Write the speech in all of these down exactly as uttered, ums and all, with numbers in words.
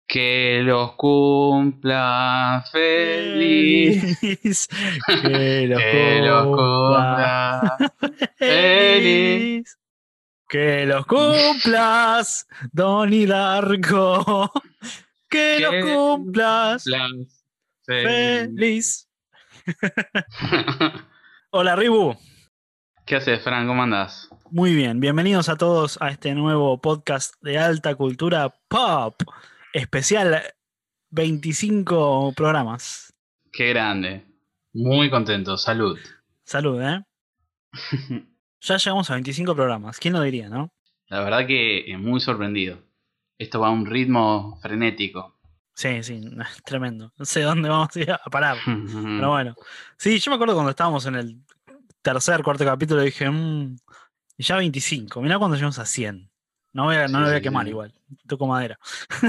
Que los cumpla feliz. Feliz, que los Que los cumpla cumpla feliz. feliz, que los cumplas, Donnie Darko, que los Que cumplas cumplas feliz. feliz. Hola Ribu, ¿Qué haces, Fran? ¿Cómo andás? muy bien, bienvenidos a todos a este nuevo podcast de alta cultura pop, especial veinticinco programas. Qué grande. Muy contento. Salud. Salud, ¿eh? Ya llegamos a veinticinco programas, ¿quién lo diría, no? La verdad que eh, muy sorprendido. Esto va a un ritmo frenético. Sí, sí, tremendo. No sé dónde vamos a ir a parar. Pero bueno. Sí, yo me acuerdo cuando estábamos en el tercer, cuarto capítulo, dije, mmm, ya veinticinco. Mirá cuando llegamos a cien. No, voy a, no Sí, lo voy a sí, quemar sí. igual. Toco madera.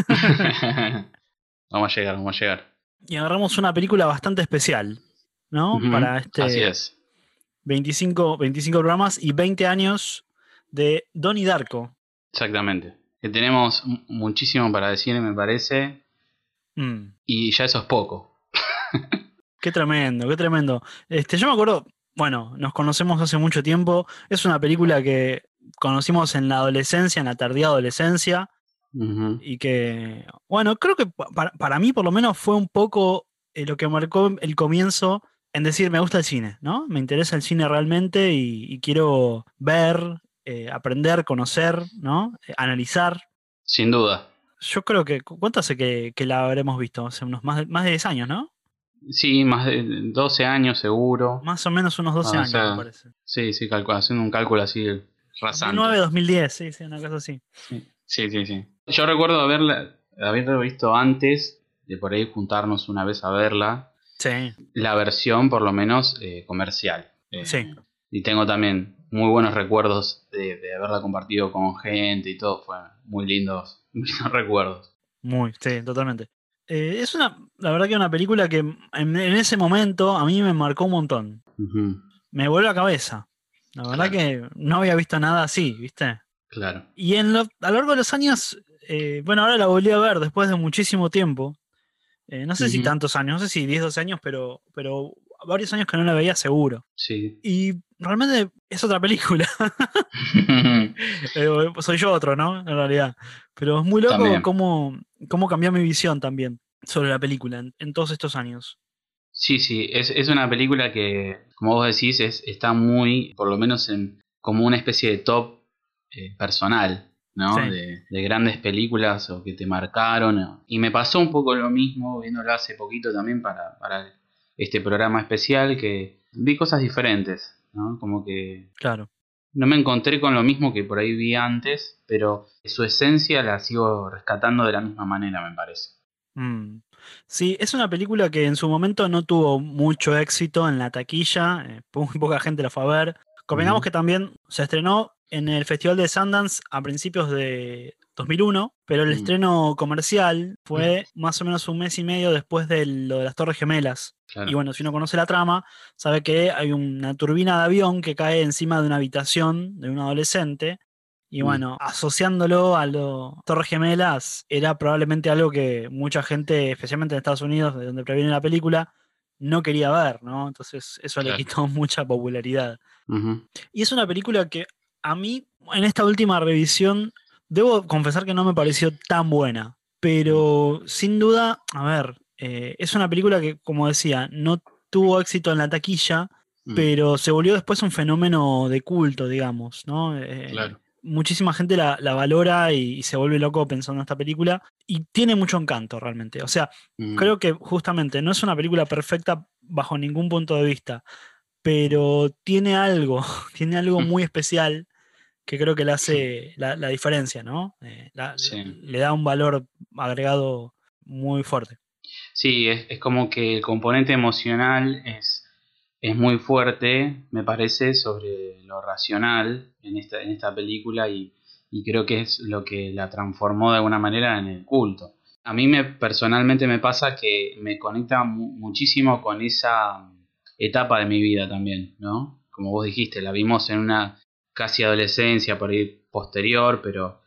Vamos a llegar, vamos a llegar. Y agarramos una película bastante especial, ¿no? Ujú. Para Así este es. veinticinco, veinticinco programas y veinte años de Donnie Darko. Exactamente. Que tenemos m- muchísimo para decir, me parece. Mm, Y ya eso es poco. qué tremendo, qué tremendo. Este, yo me acuerdo, bueno, nos conocemos hace mucho tiempo. Es una película que conocimos en la adolescencia, en la tardía adolescencia. Ujú. Y que, bueno, creo que pa- para, para mí por lo menos fue un poco eh, lo que marcó el comienzo en decir me gusta el cine, ¿no? Me interesa el cine realmente y, y quiero ver, eh, aprender, conocer, ¿no? Eh, analizar. Sin duda. Yo creo que, ¿cu- ¿cuánto hace que, que la habremos visto? Hace unos más de, más de diez años, ¿no? Sí, más de doce años seguro. Más o menos unos doce O años, me sea, parece. sí, sí, calcu- haciendo un cálculo así dos mil nueve, rasante. dos mil diez, sí, sí, una cosa así. Sí, sí, sí, sí. Yo recuerdo haberla, haberla visto antes de por ahí juntarnos una vez a verla. Sí, La versión, por lo menos, eh, comercial. sí, Eh, y tengo también muy buenos recuerdos de, de haberla compartido con gente y todo. Fue muy lindos, muy lindos recuerdos. muy, sí, totalmente. Eh, es una, la verdad que una película que en, en ese momento a mí me marcó un montón. Ujú. Me voló la cabeza. La verdad Claro, que no había visto nada así, ¿viste? claro. Y en lo- a lo largo de los años, eh, bueno, ahora la volví a ver después de muchísimo tiempo. Eh, no sé si Ujú. tantos años, no sé si diez doce años, pero, pero varios años que no la veía seguro. Sí. Y realmente es otra película. Eh, soy yo otro, ¿no? En realidad. Pero es muy loco También. cómo, cómo cambió mi visión también sobre la película en, en todos estos años. Sí, sí, es, es una película que, como vos decís, es, está muy, por lo menos en como una especie de top eh, personal, Sí. ¿no? De, de grandes películas o que te marcaron. o- Y me pasó un poco lo mismo viéndola hace poquito también para, para este programa especial, que vi cosas diferentes, ¿no? Como que Claro. no me encontré con lo mismo que por ahí vi antes, pero su esencia la sigo rescatando de la misma manera, me parece. Mm. Sí, es una película que en su momento no tuvo mucho éxito en la taquilla, eh, muy poca gente la fue a ver. Convengamos Ujú. que también se estrenó en el Festival de Sundance a principios de dos mil uno, pero el Mm, estreno comercial fue más o menos un mes y medio después de lo de las Torres Gemelas. Y claro. bueno, si uno conoce la trama, sabe que hay una turbina de avión que cae encima de una habitación de un adolescente. Y Mm, bueno, asociándolo a las Torres Gemelas, era probablemente algo que mucha gente, especialmente en Estados Unidos, de donde previene la película, no quería ver, ¿no? Entonces eso le claro. quitó mucha popularidad. Ujú. Y es una película que a mí, en esta última revisión, debo confesar que no me pareció tan buena. Mm, Pero sin duda, a ver, eh, es una película que, como decía, no tuvo éxito en la taquilla, mm, pero se volvió después un fenómeno de culto, digamos, ¿no? Eh, claro. muchísima gente la, la valora y, y se vuelve loco pensando en esta película y tiene mucho encanto realmente. O sea, Mm, creo que justamente no es una película perfecta bajo ningún punto de vista, pero tiene algo, tiene algo mm, muy especial que creo que le hace la, la diferencia, ¿no? Eh, la- la- sí. le da un valor agregado muy fuerte. Sí, es, es como que el componente emocional es, es muy fuerte, me parece, sobre lo racional en esta, en esta película y, y creo que es lo que la transformó de alguna manera en el culto. A mí me, personalmente me pasa que me conecta mu- muchísimo con esa etapa de mi vida también, ¿no? Como vos dijiste, la vimos en una casi adolescencia, por ahí posterior, pero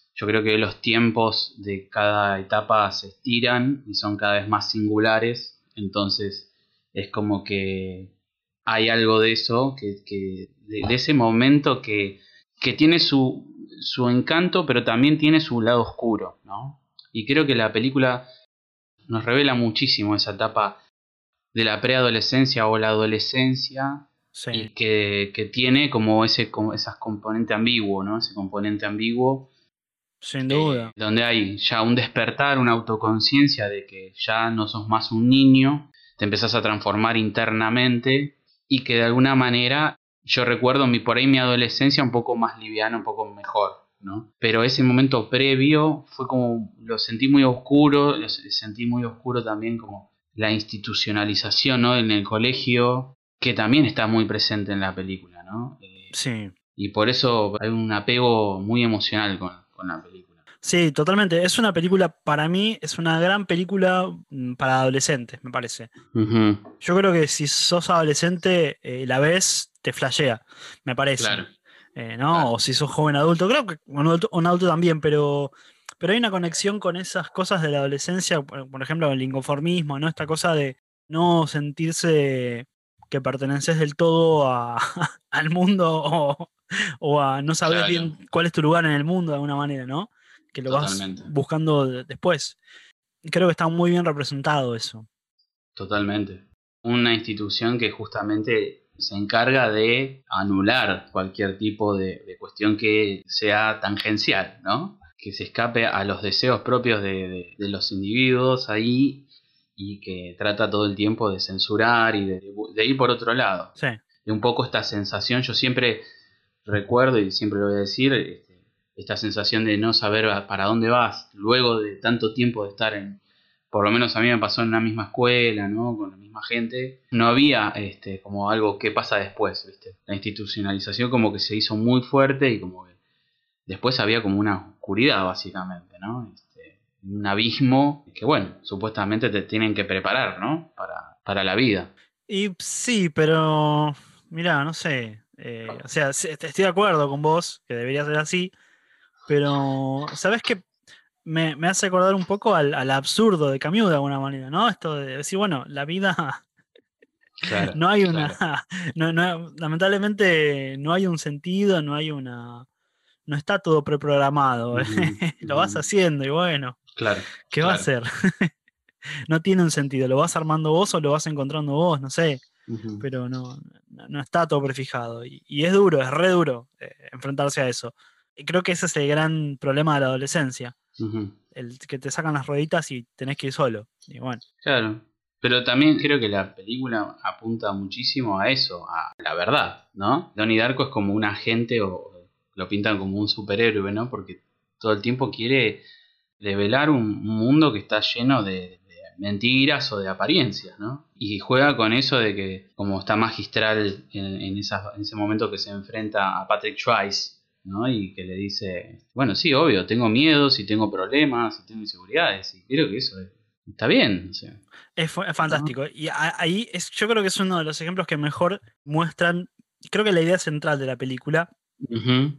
yo creo que los tiempos de cada etapa se estiran y son cada vez más singulares, entonces es como que hay algo de eso, que, que de, de ese momento que, que tiene su, su encanto, pero también tiene su lado oscuro, ¿no? Y creo que la película nos revela muchísimo esa etapa de la preadolescencia o la adolescencia, Sí, y que, que tiene como ese como esas componente ambiguo, ¿no? Ese componente ambiguo, sin eh, duda. donde hay ya un despertar, una autoconciencia de que ya no sos más un niño, te empezás a transformar internamente y que de alguna manera yo recuerdo mi por ahí mi adolescencia un poco más liviana, un poco mejor, ¿no? Pero ese momento previo fue como lo sentí muy oscuro, lo sentí muy oscuro también como la institucionalización, ¿no? En el colegio, que también está muy presente en la película, ¿no? Eh, Sí. y por eso hay un apego muy emocional con, con la película. Sí, totalmente. Es una película, para mí, es una gran película mm, para adolescentes, me parece. Ujú, Yo creo que si sos adolescente, eh, la ves, te flashea, me parece. claro, Eh, ¿no? claro. O si sos joven adulto, creo que un adulto, un adulto también, pero, pero hay una conexión con esas cosas de la adolescencia, por, por ejemplo, el inconformismo, ¿no? Esta cosa de no sentirse que perteneces del todo a- al mundo o, o a no sabes Claro, bien cuál es tu lugar en el mundo de alguna manera, ¿no? Que lo vas totalmente, buscando de- después. Creo que está muy bien representado eso. totalmente. Una institución que justamente se encarga de anular cualquier tipo de, de cuestión que sea tangencial, ¿no? Que se escape a los deseos propios de, de- de los individuos ahí, y que trata todo el tiempo de censurar y de, de ir por otro lado. Sí, Y un poco esta sensación, yo siempre recuerdo y siempre lo voy a decir, este, esta sensación de no saber a- para dónde vas luego de tanto tiempo de estar en, por lo menos a mí me pasó en la misma escuela, ¿no? Con la misma gente, no había este, como algo que pasa después, ¿viste? La institucionalización como que se hizo muy fuerte y como que después había como una oscuridad básicamente, ¿no? Este, un abismo que bueno, supuestamente te tienen que preparar, ¿no? Para, para la vida. y sí, pero mira, no sé. Eh, o sea, sí, estoy de acuerdo con vos, que debería ser así, pero ¿sabés qué? Me, me hace acordar un poco al, al absurdo de Camus de alguna manera, ¿no? Esto de decir, bueno, la vida Claro, no hay una. claro. No, no- lamentablemente no hay un sentido, no hay una. No está todo preprogramado. Ujú, Lo ujú. vas haciendo y bueno, Claro, ¿qué va a claro. ser? No tiene un sentido. ¿Lo vas armando vos o lo vas encontrando vos? No sé. Ujú. Pero no, no, no está todo prefijado. Y, y es duro, es re duro eh, enfrentarse a eso. Y creo que ese es el gran problema de la adolescencia. Ujú. El que te sacan las rueditas y tenés que ir solo. Y bueno, Claro. Pero también creo que la película apunta muchísimo a eso, a la verdad, ¿no? Donnie Darko es como un agente o lo pintan como un superhéroe, ¿no? Porque todo el tiempo quiere develar un un mundo que está lleno de, de mentiras o de apariencias, ¿no? Y juega con eso de que, como está magistral en, en, esa- en ese momento que se enfrenta a Patrick Swayze, ¿no? Y que le dice, bueno, sí, obvio, tengo miedos y tengo problemas y tengo inseguridades, y creo que eso es- está bien, o sea, es, fu- es ¿no? fantástico. Y a- ahí es, yo creo que es uno de los ejemplos que mejor muestran, creo que la idea central de la película, Ujú,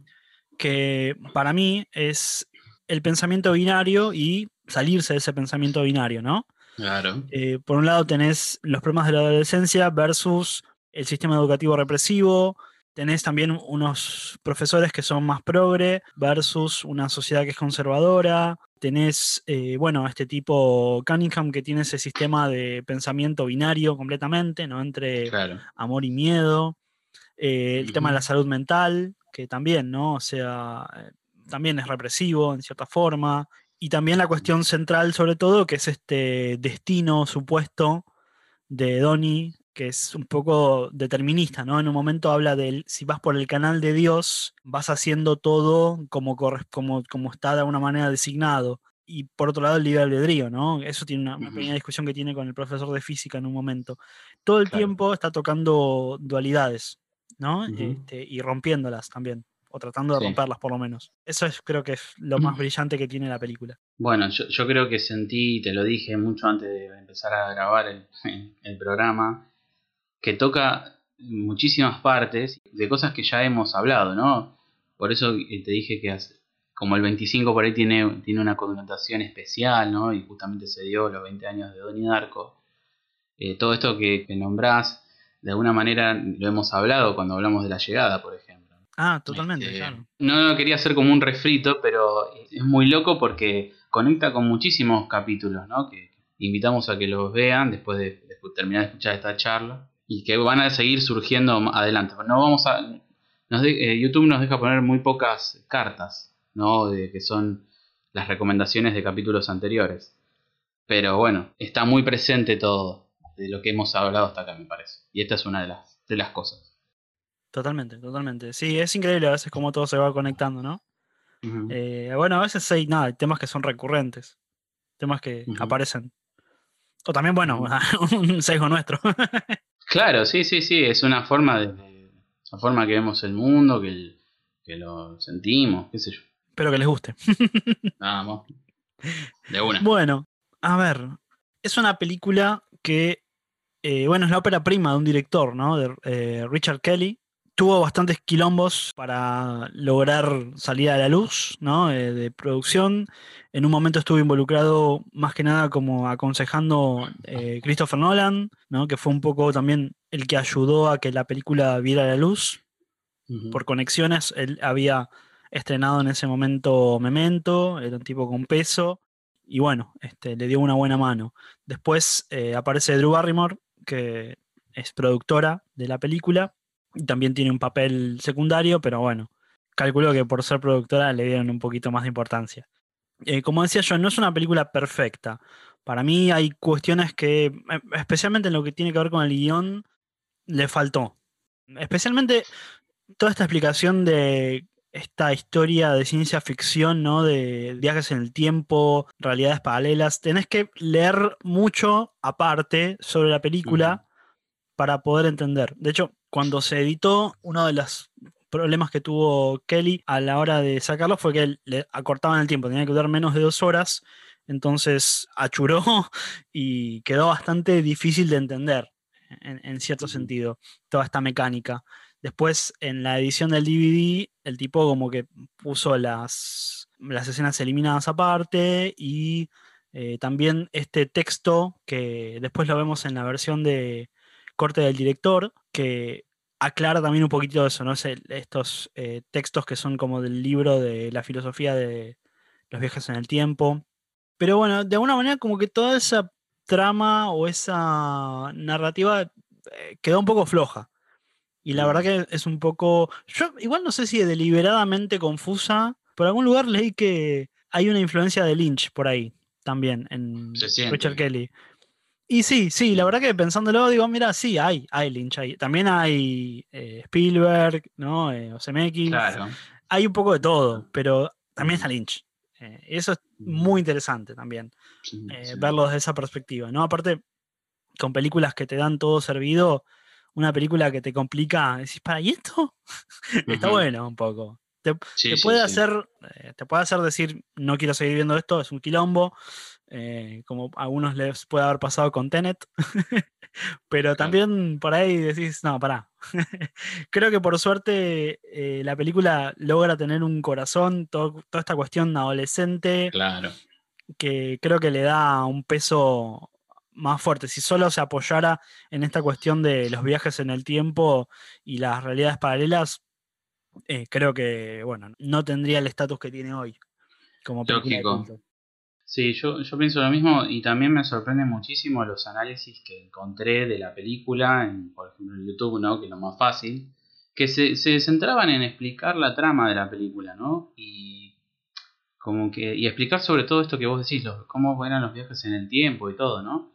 que para mí es el pensamiento binario y salirse de ese pensamiento binario, ¿no? claro. Eh, por un lado tenés los problemas de la adolescencia versus el sistema educativo represivo, tenés también unos profesores que son más progre versus una sociedad que es conservadora, tenés, eh, bueno, este tipo Cunningham que tiene ese sistema de pensamiento binario completamente, ¿no? Entre Claro. amor y miedo, eh, el tema de la Ujú, salud mental, que también, ¿no? O sea, eh, también es represivo en cierta forma. Y también la cuestión central, sobre todo, que es este destino supuesto de Donnie, que es un poco determinista, ¿no? En un momento habla del si vas por el canal de Dios, vas haciendo todo como, corres- como, como está de alguna manera designado. Y por otro lado, el libre albedrío, ¿no? Eso tiene una, una ujú, pequeña discusión que tiene con el profesor de física en un momento. Todo el claro. tiempo está tocando dualidades, ¿no? Ujú, Este, y rompiéndolas también, o tratando de sí. romperlas por lo menos. Eso es, creo que es lo más brillante que tiene la película. Bueno, yo, yo creo que sentí, te lo dije mucho antes de empezar a grabar el, el programa, que toca muchísimas partes de cosas que ya hemos hablado, ¿no? Por eso eh, te dije que hace- como el veinticinco por ahí tiene, tiene una connotación especial, ¿no? Y justamente se dio los veinte años de Donnie Darko. Eh, todo esto que, que nombrás, de alguna manera lo hemos hablado cuando hablamos de La Llegada, por ejemplo. Ah, totalmente, Este, claro. no, no quería hacer como un refrito, pero es muy loco porque conecta con muchísimos capítulos, ¿no? Que invitamos a que los vean después de, de terminar de escuchar esta charla y que van a seguir surgiendo más adelante. No vamos a, nos de, eh, YouTube nos deja poner muy pocas cartas, ¿no? De que son las recomendaciones de capítulos anteriores. Pero bueno, está muy presente todo de lo que hemos hablado hasta acá, me parece. Y esta es una de las, de las cosas. Totalmente, totalmente. Sí, es increíble a veces cómo todo se va conectando, ¿no? Uh-huh. Eh, bueno, a veces hay, nada, hay temas que son recurrentes, temas que Uh-huh. aparecen. O también, bueno, Uh-huh. un sesgo nuestro. Claro, sí, sí, sí, es una forma de, de la forma que vemos el mundo, que, el- que lo sentimos, qué sé yo. Espero que les guste. Vamos, de una. Bueno, a ver, es una película que, eh, bueno, es la ópera prima de un director, ¿no? De eh, Richard Kelly. Tuvo bastantes quilombos para lograr salir a la luz, ¿no? Eh, de producción. En un momento estuvo involucrado más que nada como aconsejando eh, Christopher Nolan, ¿no? Que fue un poco también el que ayudó a que la película viera la luz. Ujú, Por conexiones, él había estrenado en ese momento Memento, era un tipo con peso, y bueno, este, le dio una buena mano. Después eh, aparece Drew Barrymore, que es productora de la película, y también tiene un papel secundario, pero bueno, calculo que por ser productora le dieron un poquito más de importancia. Eh, como decía yo, no es una película perfecta. Para mí hay cuestiones que, eh, especialmente en lo que tiene que ver con el guión, le faltó. Especialmente toda esta explicación de esta historia de ciencia ficción, ¿no? De viajes en el tiempo, realidades paralelas. Tenés que leer mucho aparte sobre la ujú, película para poder entender. De hecho, cuando se editó, uno de los problemas que tuvo Kelly a la hora de sacarlo fue que le acortaban el tiempo, tenía que durar menos de dos horas, entonces achuró y quedó bastante difícil de entender, en, en cierto ujú. sentido, toda esta mecánica. Después, en la edición del D V D, el tipo como que puso las, las escenas eliminadas aparte y eh, también este texto que después lo vemos en la versión de corte del director, que aclara también un poquito eso, ¿no? Es el- estos eh, textos que son como del libro de la filosofía de los viajes en el tiempo. Pero bueno, de alguna manera como que toda esa trama o esa narrativa eh, quedó un poco floja. Y la verdad Mm, que es un poco. Yo igual no sé si deliberadamente confusa. Por algún lugar leí que hay una influencia de Lynch por ahí también Se en Richard siente. Kelly. Y sí, sí, la Sí, verdad que pensándolo, digo, mira, sí, hay, hay Lynch ahí. También hay eh, Spielberg, ¿no? Eh, o Zemeckis. claro. Hay un poco de todo, Claro. pero también está Ujú, Lynch. Eh, eso es ujú. muy interesante también, Sí, eh, sí. verlo desde esa perspectiva, ¿no? Aparte, con películas que te dan todo servido, una película que te complica, decís, ¿para y esto? Está Ujú. bueno un poco. Te, Sí, te sí, puede sí. hacer, eh, te puede hacer decir, no quiero seguir viendo esto, es un quilombo, eh, como a algunos les puede haber pasado con Tenet, pero Claro. también por ahí decís, no, pará. Creo que por suerte eh, la película logra tener un corazón, todo- toda esta cuestión adolescente, Claro. que creo que le da un peso más fuerte. Si solo se apoyara en esta cuestión de los viajes en el tiempo y las realidades paralelas, eh, creo que, bueno, no tendría el estatus que tiene hoy como película de Lógico. culto. Sí, yo, yo pienso lo mismo y también me sorprende muchísimo los análisis que encontré de la película, en, por ejemplo en YouTube, ¿no? Que es lo más fácil, que se, se centraban en explicar la trama de la película, ¿no? Y como que y explicar sobre todo esto que vos decís, los, cómo eran los viajes en el tiempo y todo, ¿no?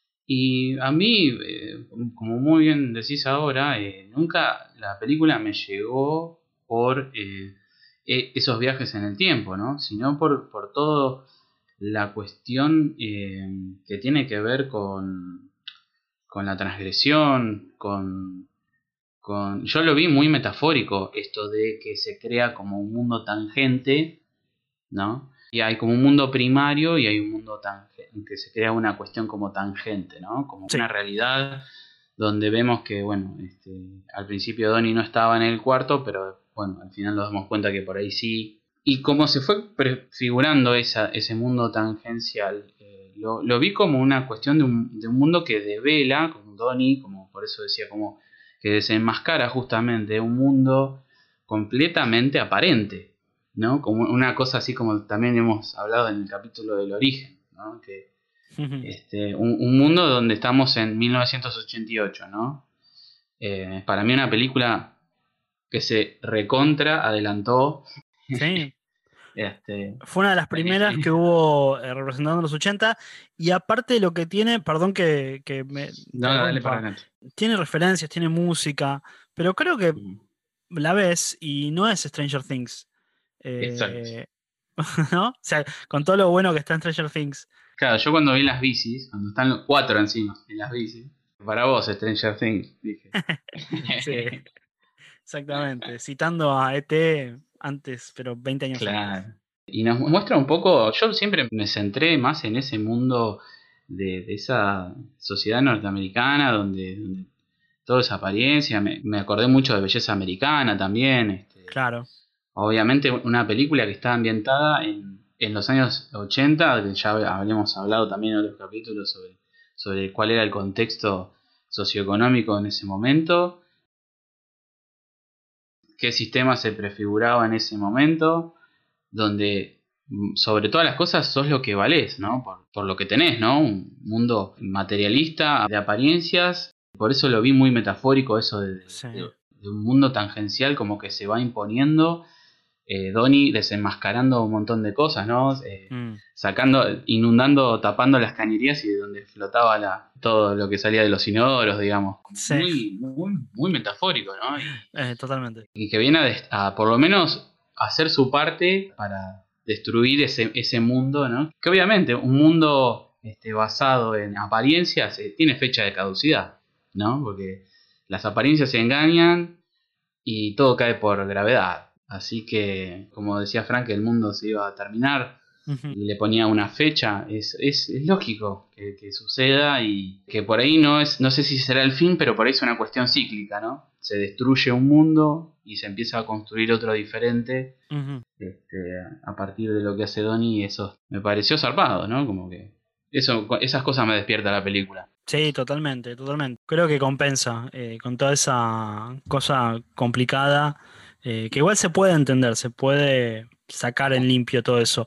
Y a mí, eh, como muy bien decís ahora, eh, nunca la película me llegó por eh, e- esos viajes en el tiempo, ¿no? Sino por, por todo la cuestión eh, que tiene que ver con, con la transgresión, con, con... Yo lo vi muy metafórico, esto de que se crea como un mundo tangente, ¿no? Y hay como un mundo primario y hay un mundo tangente, que se crea una cuestión como tangente, ¿no? Como una Sí, realidad donde vemos que, bueno, este, al principio Donnie no estaba en el cuarto, pero bueno, al final nos damos cuenta que por ahí sí. Y como se fue prefigurando esa, ese mundo tangencial, eh, lo, lo vi como una cuestión de un, de un mundo que devela, como Donnie, como por eso decía, como que desenmascara justamente un mundo completamente aparente, ¿no? Como una cosa así como también hemos hablado en el capítulo del origen, ¿no? Que este, un, un mundo donde estamos en mil novecientos ochenta y ocho, ¿no? Eh, para mí una película que se recontra adelantó. Sí. Este, Fue una de las primeras que hubo eh, representando los ochenta y aparte lo que tiene, perdón que, que me no, dale para interrumpa, adelante. tiene referencias, tiene música, pero creo que Mm, la ves y no es Stranger Things. exacto. Eh, ¿no? O sea, con todo lo bueno que está en Stranger Things. Claro, yo cuando vi las bicis, cuando están los cuatro encima en las bicis, para vos, Stranger Things, dije. Sí, exactamente. Citando a E T antes, pero veinte años antes. Claro. Y nos muestra un poco, yo siempre me centré más en ese mundo de, de esa sociedad norteamericana donde, donde todo es apariencia. Me, me acordé mucho de Belleza Americana también. Este, Claro. obviamente una película que está ambientada en, en los años ochenta, que ya habíamos hablado también en otros capítulos sobre, sobre cuál era el contexto socioeconómico en ese momento, qué sistema se prefiguraba en ese momento, donde mm, sobre todas las cosas sos lo que valés, ¿no? Por, por lo que tenés, ¿no? Un mundo materialista, de apariencias. Por eso lo vi muy metafórico, eso de, Sí. de- de un mundo tangencial como que se va imponiendo. Eh, Donnie desenmascarando un montón de cosas, ¿no? Eh, Mm. sacando, inundando, tapando las cañerías y de donde flotaba la, todo lo que salía de los inodoros, digamos. Sí, Muy, muy, muy metafórico, ¿no? Y, eh, totalmente. y que viene a, des- a por lo menos hacer su parte para destruir ese, ese mundo, ¿no? Que obviamente un mundo este, basado en apariencias eh, tiene fecha de caducidad, ¿no? Porque las apariencias se engañan y todo cae por gravedad. Así que, como decía Frank, el mundo se iba a terminar Ujú. y le ponía una fecha. Es, es, es lógico que, que suceda y que por ahí no es, no sé si será el fin, pero por ahí es una cuestión cíclica, ¿no? Se destruye un mundo y se empieza a construir otro diferente Ujú. este, a partir de lo que hace Donnie y eso me pareció zarpado, ¿no? Como que eso, esas cosas me despierta la película. Sí, totalmente, totalmente. Creo que compensa eh, con toda esa cosa complicada, eh, que igual se puede entender, se puede sacar en limpio todo eso,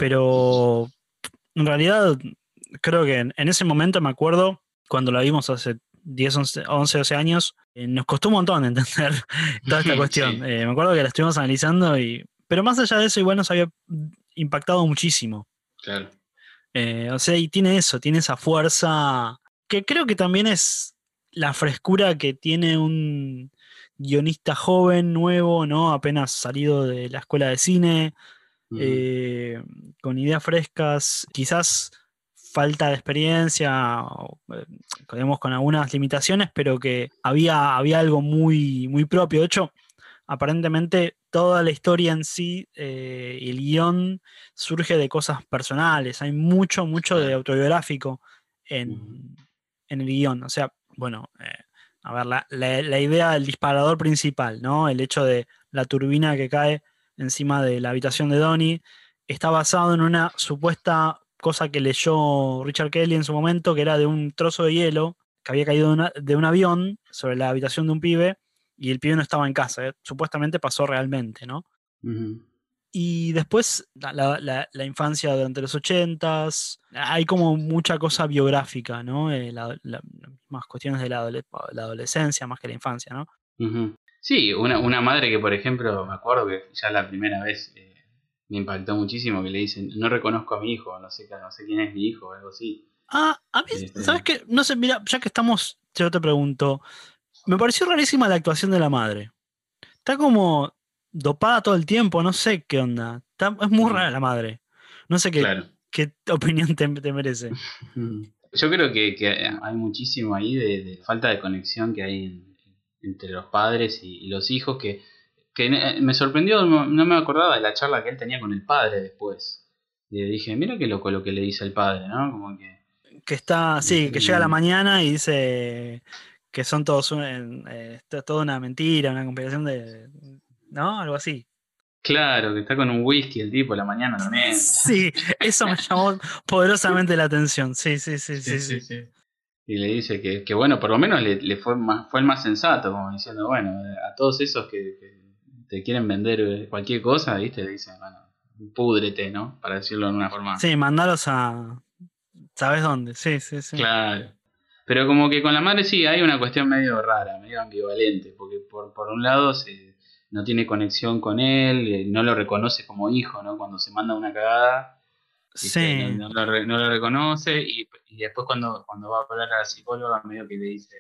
pero en realidad creo que en, en ese momento me acuerdo, cuando la vimos hace diez once once doce años, eh, nos costó un montón entender toda esta cuestión. Sí, Eh, me acuerdo que la estuvimos analizando y... Pero más allá de eso, igual nos había impactado muchísimo. claro. Eh, o sea, y tiene eso, tiene esa fuerza que creo que también es la frescura que tiene un guionista joven, nuevo, ¿no? Apenas salido de la escuela de cine, Ujú, eh, con ideas frescas, quizás falta de experiencia, o, eh, digamos, con algunas limitaciones, pero que había, había algo muy, muy propio. De hecho, aparentemente toda la historia en sí, eh, y el guión surge de cosas personales. Hay mucho, mucho de claro. autobiográfico Ujú, en, en el guión. O sea, bueno, eh, a ver, la, la- la idea del disparador principal, ¿no? El hecho de la turbina que cae encima de la habitación de Donnie, está basado en una supuesta cosa que leyó Richard Kelly en su momento, que era de un trozo de hielo que había caído de, una- de un avión sobre la habitación de un pibe y el pibe no estaba en casa. ¿Eh? Supuestamente pasó realmente, ¿no? ujú. Y después la, la- la- la infancia durante los ochentas, hay como mucha cosa biográfica, ¿no? Eh, la- la- las mismas cuestiones de la, adole- la adolescencia más que la infancia, ¿no? Ujú. Sí, una, una madre que, por ejemplo, me acuerdo que ya la primera vez eh, me impactó muchísimo que le dicen, no reconozco a mi hijo, no sé, no sé quién es mi hijo o algo así. Ah, a mí, ¿sabes Este, qué? No sé, mira, ya que estamos, yo te pregunto, me pareció rarísima la actuación de la madre. Está como dopada todo el tiempo, no sé qué onda. Está- es muy mm, rara la madre. No sé qué, claro. qué opinión te, te merece. Ujú. Yo creo que, que hay muchísimo ahí de, de falta de conexión que hay en- entre los padres y, y los hijos que, que me me sorprendió, no, no me acordaba de la charla que él tenía con el padre después. Y dije, mira qué loco lo que le dice el padre, ¿no? Como que... Que está, sí, que llega a la eh, mañana y dice que son todos un- eh, esto es toda una mentira, una conspiración de, ¿no? Algo así. Claro, que está con un whisky el tipo a la mañana también. Sí, eso me llamó poderosamente la atención. Sí, sí, sí, Sí, sí, sí, sí. sí. Y le dice que, que bueno, por lo menos le, le fue más, fue el más sensato, como diciendo, bueno, a todos esos que, que te quieren vender eh, cualquier cosa, ¿viste? Le dicen, bueno, púdrete, ¿no? Para decirlo de una forma. Sí, mandalos a. ¿Sabes dónde? Sí, sí, sí. Claro. Pero como que con la madre sí hay una cuestión medio rara, medio ambivalente, porque por, por un lado se, no tiene conexión con él, eh, no lo reconoce como hijo, ¿no? Cuando se manda una cagada, ¿viste? No, Sí. no lo, re- no lo reconoce y, y después cuando, cuando va a hablar a la psicóloga medio que le dice,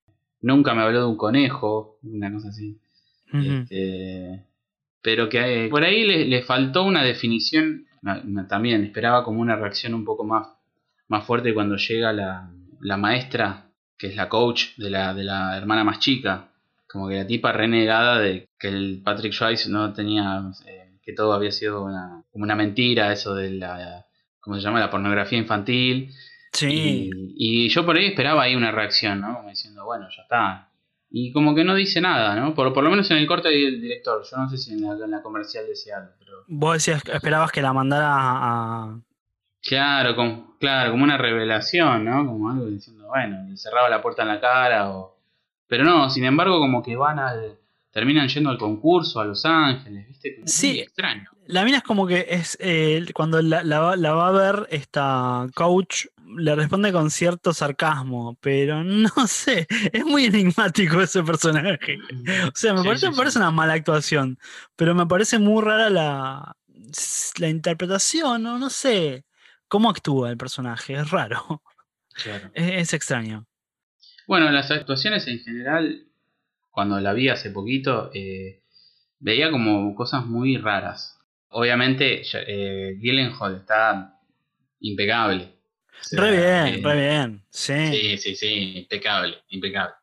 nunca me habló de un conejo, una cosa así. Ujú. Este, pero que eh, por ahí le, le faltó una definición, na- na- también esperaba como una reacción un poco más, más fuerte cuando llega la, la maestra, que es la coach de la, de la hermana más chica, como que la tipa renegada de que el Patrick Swayze no tenía, eh, que todo había sido una, como una mentira, eso de la, ¿cómo se llama? La pornografía infantil. Sí. Y, y yo por ahí esperaba ahí una reacción, ¿no? Como diciendo, bueno, ya está. Y como que no dice nada, ¿no? Por, por lo menos en el corte del director. Yo no sé si en la, en la comercial decía algo, pero... Vos decías, esperabas que la mandara a. Claro, como, claro, como una revelación, ¿no? Como algo diciendo, bueno, le cerraba la puerta en la cara o... Pero no, sin embargo, como que van al... Terminan yendo al concurso a Los Ángeles, ¿viste? Como muy Sí, extraño. la mina es como que es eh, cuando la, la va la va a ver esta coach, le responde con cierto sarcasmo, pero no sé, es muy enigmático ese personaje. O sea, me Sí, parece, sí, me parece sí. una mala actuación, pero me parece muy rara la, la interpretación, no, no sé cómo actúa el personaje, es raro, Claro. es, es extraño. Bueno, las actuaciones en general, cuando la vi hace poquito, eh, veía como cosas muy raras. Obviamente, ya- eh, Gyllenhaal está impecable. O Re sea, bien, re eh, bien, sí, sí, sí, sí, impecable, impecable.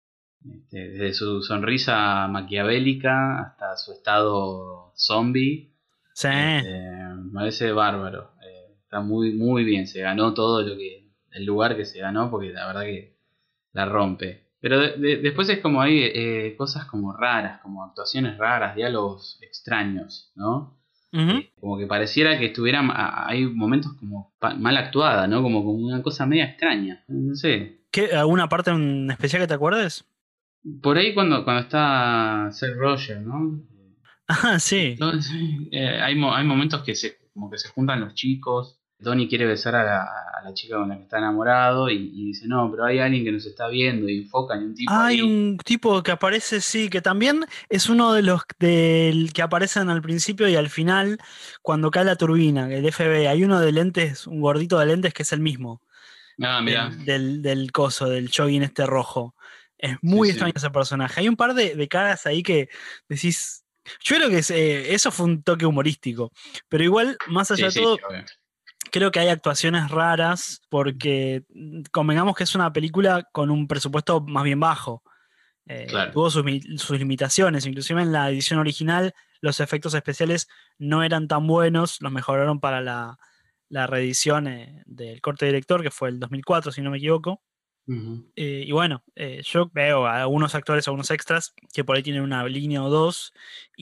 Este, desde su sonrisa maquiavélica hasta su estado zombie, sí. este, me parece bárbaro. Eh, está muy, muy bien. Se ganó todo lo que, el lugar que se ganó, porque la verdad que la rompe. Pero de- de- después es como hay eh, cosas como raras, como actuaciones raras, diálogos extraños, ¿no? Ujú. Eh, como que pareciera que estuvieran, a- hay momentos como pa- mal actuada, ¿no? Como, como una cosa media extraña, no sé. ¿Qué, ¿alguna parte en especial que te acuerdes? Por ahí cuando, cuando está Seth Roger, ¿no? Ah, sí. Entonces, eh, hay, mo- hay momentos que se, como que se juntan los chicos. Tony quiere besar a la, a la chica con la que está enamorado y, y dice, no, pero hay alguien que nos está viendo y enfocan y un tipo Hay ahí. un tipo que aparece, sí, que también es uno de los del que aparecen al principio y al final cuando cae la turbina, el F B. Hay uno de lentes, un gordito de lentes que es el mismo, Ah, mira, del, del, del coso, del jogging este rojo. Es sí, muy extraño sí. ese personaje. Hay un par de, de caras ahí que decís. Yo creo que es, eh, eso fue un toque humorístico. Pero igual, más allá Sí, de sí, sí, todo, obvio. creo que hay actuaciones raras porque mm, convengamos que es una película con un presupuesto más bien bajo. Eh, Claro. tuvo sus, mi- sus limitaciones, inclusive en la edición original los efectos especiales no eran tan buenos, los mejoraron para la, la reedición eh, del corte director, que fue el dos mil cuatro, si no me equivoco. Ujú. Eh, y bueno, eh, yo veo a algunos actores, a algunos extras, que por ahí tienen una línea o dos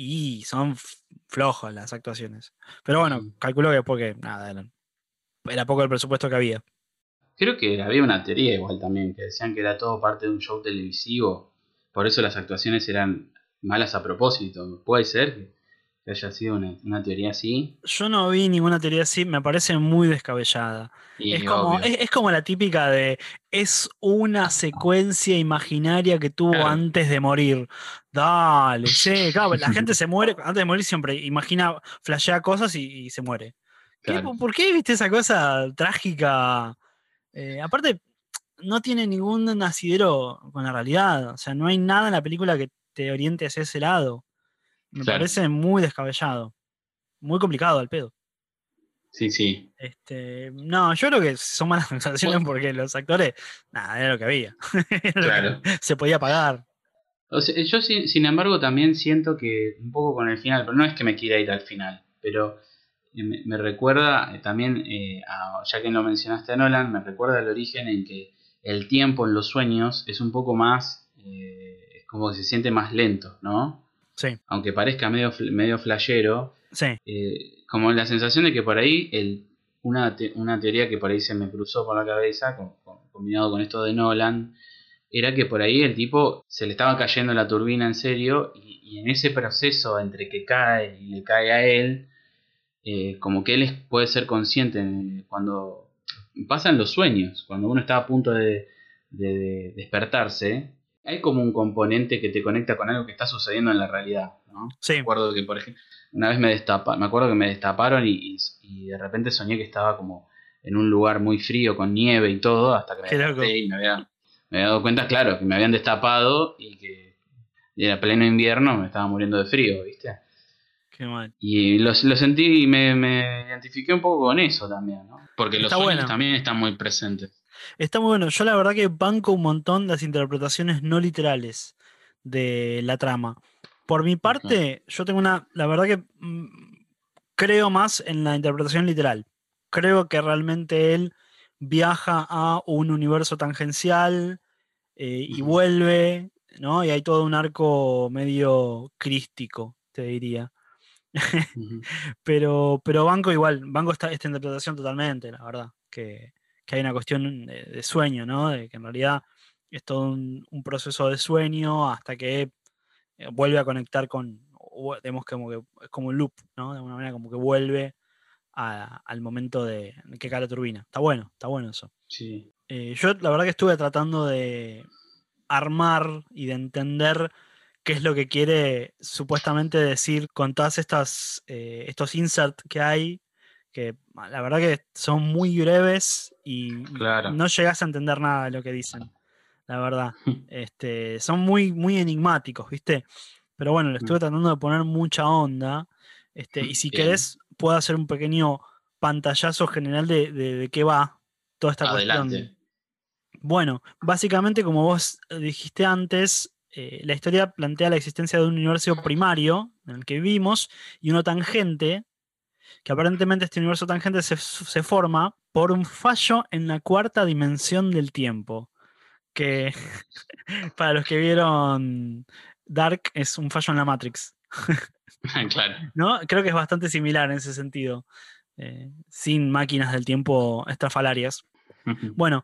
y son f- flojos las actuaciones. Pero bueno, Ujú. calculo que porque, nada, era, era poco el presupuesto que había. Creo que había una teoría igual también, que decían que era todo parte de un show televisivo, por eso las actuaciones eran malas a propósito. Puede ser que que haya sido una, una teoría así. Yo no vi ninguna teoría así, me parece muy descabellada. Es Y como, obvio. es, es como la típica de, es una secuencia imaginaria que tuvo Claro. antes de morir. Dale, sí, claro, la gente se muere, antes de morir siempre imagina, flashea cosas y, y se muere. ¿Qué, Claro. ¿por qué viste esa cosa trágica? Eh, aparte, no tiene ningún asidero con la realidad, o sea, no hay nada en la película que te oriente hacia ese lado. Me Claro. parece muy descabellado, muy complicado al pedo. Sí, sí. Este, no, yo creo que son malas sensaciones Bueno, porque los actores, nada, era lo que había. Era lo que claro. se podía pagar. O sea, yo sin, sin embargo también siento que un poco con el final, pero no es que me quiera ir al final, pero eh, me, me recuerda eh, también, eh, a- ya que lo mencionaste a Nolan, me recuerda el origen en que el tiempo en los sueños es un poco más, eh, es como que se siente más lento, ¿no? Sí, aunque parezca medio, fl- medio flashero, sí, eh, como la sensación de que por ahí el, una, te- una teoría que por ahí se me cruzó por la cabeza, con- con- combinado con esto de Nolan, era que por ahí el tipo se le estaba cayendo la turbina en serio y, y en ese proceso entre que cae y le cae a él, eh, como que él es- puede ser consciente en- cuando pasan los sueños, cuando uno está a punto de, de- de despertarse, hay como un componente que te conecta con algo que está sucediendo en la realidad, ¿no? Me sí, acuerdo que, por ejemplo, una vez me destapa, me acuerdo que me destaparon y, y- y de repente soñé que estaba como en un lugar muy frío con nieve y todo, hasta que me qué loco, desperté y me había, me había dado cuenta, claro, que me habían destapado y que era pleno invierno, me estaba muriendo de frío, ¿viste? qué mal. Y lo, lo sentí y me, me identifiqué un poco con eso también, ¿no? Porque los Está sueños bueno, también están muy presentes. está muy bueno. Yo la verdad que banco un montón las interpretaciones no literales de la trama. Por mi Ok. parte, yo tengo una, la verdad que mm, creo más en la interpretación literal. Creo que realmente él viaja a un universo tangencial eh, y Ujú, vuelve, ¿no? Y hay todo un arco medio crístico, te diría. ujú. Pero, pero banco igual, banco esta, esta interpretación totalmente, la verdad. Que, que hay una cuestión de, de sueño, ¿no? De que en realidad es todo un, un proceso de sueño hasta que eh, vuelve a conectar con, o, digamos, como que es como un loop, ¿no? De alguna manera, como que vuelve a- al momento de, de que cae la turbina. Está bueno, está bueno eso. Sí. Eh, yo la verdad que estuve tratando de armar y de entender qué es lo que quiere supuestamente decir con todas estas eh, estos inserts que hay, que la verdad que son muy breves y Claro. no llegas a entender nada de lo que dicen, la verdad. Este, son muy, muy enigmáticos, ¿viste? Pero bueno, le estuve tratando de poner mucha onda. Este, y si Bien. querés, puedo hacer un pequeño pantallazo general de, de, de qué va toda esta cuestión. Adelante. Bueno, básicamente, como vos dijiste antes, eh, la historia plantea la existencia de un universo primario en el que vivimos y uno tangente, que aparentemente este universo tangente se, se forma por un fallo en la cuarta dimensión del tiempo, que para los que vieron Dark es un fallo en la Matrix, Claro. ¿no? Creo que es bastante similar en ese sentido, eh, sin máquinas del tiempo estrafalarias. Ujú. Bueno,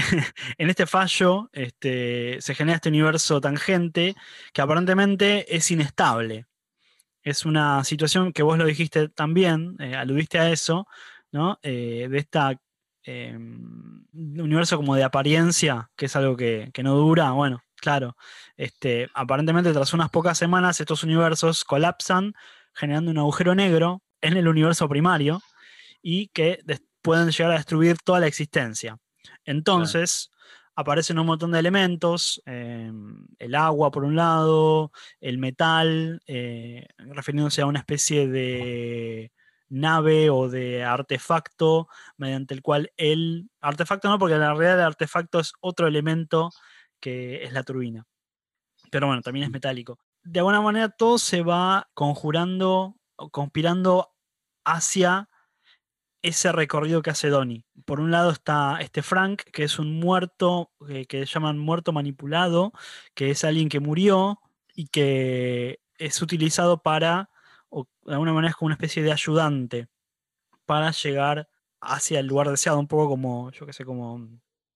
en este fallo este, se genera este universo tangente que aparentemente es inestable. Es una situación que vos lo dijiste también, eh, aludiste a eso, ¿no? Eh, de esta eh, universo como de apariencia, que es algo que, que no dura. Bueno, claro, este, aparentemente tras unas pocas semanas estos universos colapsan, generando un agujero negro en el universo primario y que des- pueden llegar a destruir toda la existencia. Claro. Entonces, aparecen un montón de elementos, eh, el agua por un lado, el metal, eh, refiriéndose a una especie de nave o de artefacto mediante el cual el artefacto no, porque en realidad el artefacto es otro elemento que es la turbina, pero bueno, también es metálico. De alguna manera todo se va conjurando o conspirando hacia ese recorrido que hace Donnie. Por un lado está este Frank, que es un muerto, eh, que llaman muerto manipulado, que es alguien que murió y que es utilizado para, o de alguna manera es como una especie de ayudante para llegar hacia el lugar deseado, un poco como, yo qué sé, como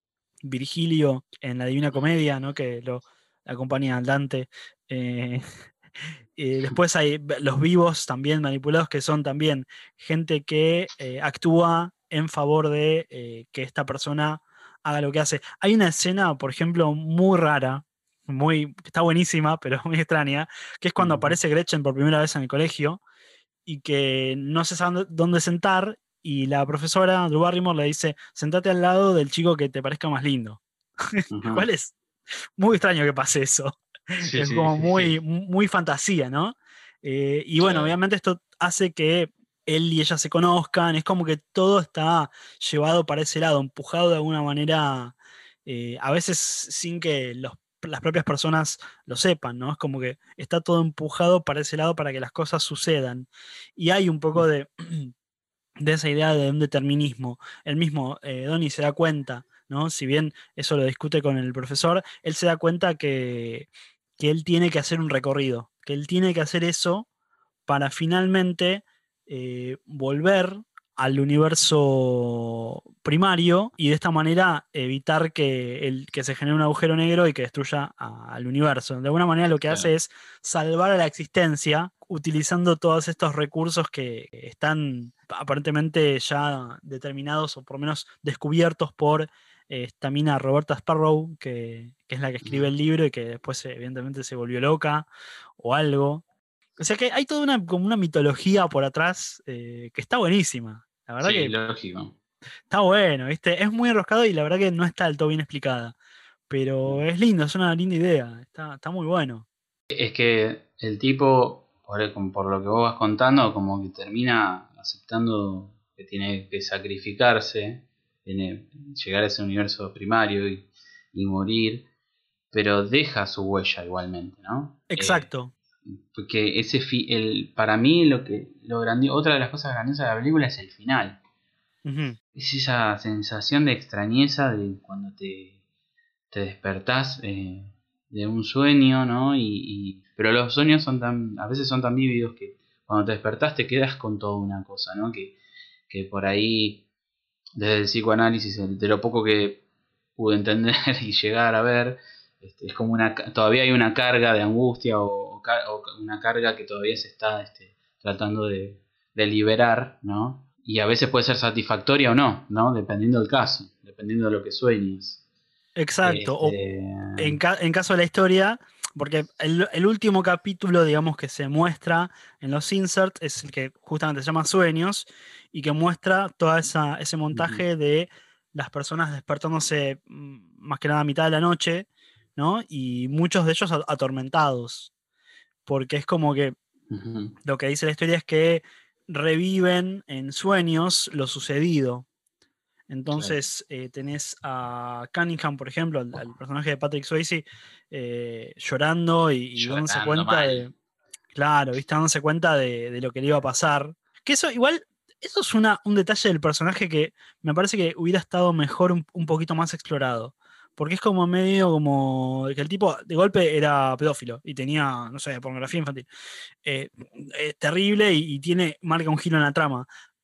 Virgilio en la Divina Comedia, ¿no? Que lo acompaña al Dante. Eh, eh, después hay los vivos también manipulados, que son también gente que eh, actúa en favor de eh, que esta persona haga lo que hace. Hay una escena, por ejemplo, muy rara, muy, está buenísima, pero muy extraña, que es cuando Ujú. aparece Gretchen por primera vez en el colegio y que no se sabe dónde sentar. Y la profesora Drew Barrymore le dice: sentate al lado del chico que te parezca más lindo. Ujú. ¿Cuál es? Muy extraño que pase eso. Sí, Es sí, como sí, sí. muy, muy fantasía, ¿no? Eh, y bueno, Claro. obviamente esto hace que él y ella se conozcan, es como que todo está llevado para ese lado, empujado de alguna manera, eh, a veces sin que los- las propias personas lo sepan, ¿no? Es como que está todo empujado para ese lado para que las cosas sucedan. Y hay un poco de, de esa idea de un determinismo. El mismo eh, Donnie se da cuenta, ¿no? Si bien eso lo discute con el profesor, él se da cuenta que, que él tiene que hacer un recorrido, que él tiene que hacer eso para finalmente eh, volver al universo primario y de esta manera evitar que, el, que se genere un agujero negro y que destruya a- al universo. De alguna manera lo que hace Claro. es salvar a la existencia utilizando todos estos recursos que están aparentemente ya determinados o por lo menos descubiertos por eh, esta mina Roberta Sparrow, que, que es la que escribe el libro y que después evidentemente se volvió loca o algo. O sea que hay toda una, como una mitología por atrás eh, que está buenísima. La verdad Sí, que lógico. está bueno, ¿viste? Es muy enroscado y la verdad que no está del todo bien explicada. Pero es lindo, es una linda idea. Está, está muy bueno. Es que el tipo, por, como por lo que vos vas contando, como que termina aceptando que tiene que sacrificarse, tiene llegar a ese universo primario y, y morir, pero deja su huella igualmente, ¿no? Eh, Exacto. porque ese fi- el, para mí lo que lo grandi- otra de las cosas grandiosas de la película es el final. Ujú. Es esa sensación de extrañeza de cuando te, te despertás eh, de un sueño, ¿no? Y, y- pero los sueños son tan, a veces son tan vívidos que cuando te despertás te quedas con toda una cosa, ¿no? Que, que por ahí, desde el psicoanálisis, el- de lo poco que pude entender y llegar a ver, este, es como una, ca- todavía hay una carga de angustia o, o ca- o una carga que todavía se está este, tratando de, de liberar, ¿no? Y a veces puede ser satisfactoria o no, ¿no? Dependiendo del caso, dependiendo de lo que sueñes. Exacto. O Este, en, ca- en caso de la historia, porque el, el último capítulo, digamos, que se muestra en los inserts es el que justamente se llama Sueños y que muestra todo ese ujú, montaje de las personas despertándose mm, más que nada a mitad de la noche, ¿no? Y muchos de ellos a- atormentados, porque es como que ujú, lo que dice la historia es que reviven en sueños lo sucedido. claro. Entonces eh, tenés a Cunningham, por ejemplo, al, al personaje de Patrick Swayze, eh, llorando y, y dándose Llorando cuenta mal. de, claro, ¿viste? Dándose cuenta de, de lo que le iba a pasar. Que eso igual, eso es una, un detalle del personaje que me parece que hubiera estado mejor un, un poquito más explorado. Porque es como medio como que el tipo de golpe era pedófilo y tenía, no sé, pornografía infantil. Eh, es terrible y, y tiene, marca un giro en la trama,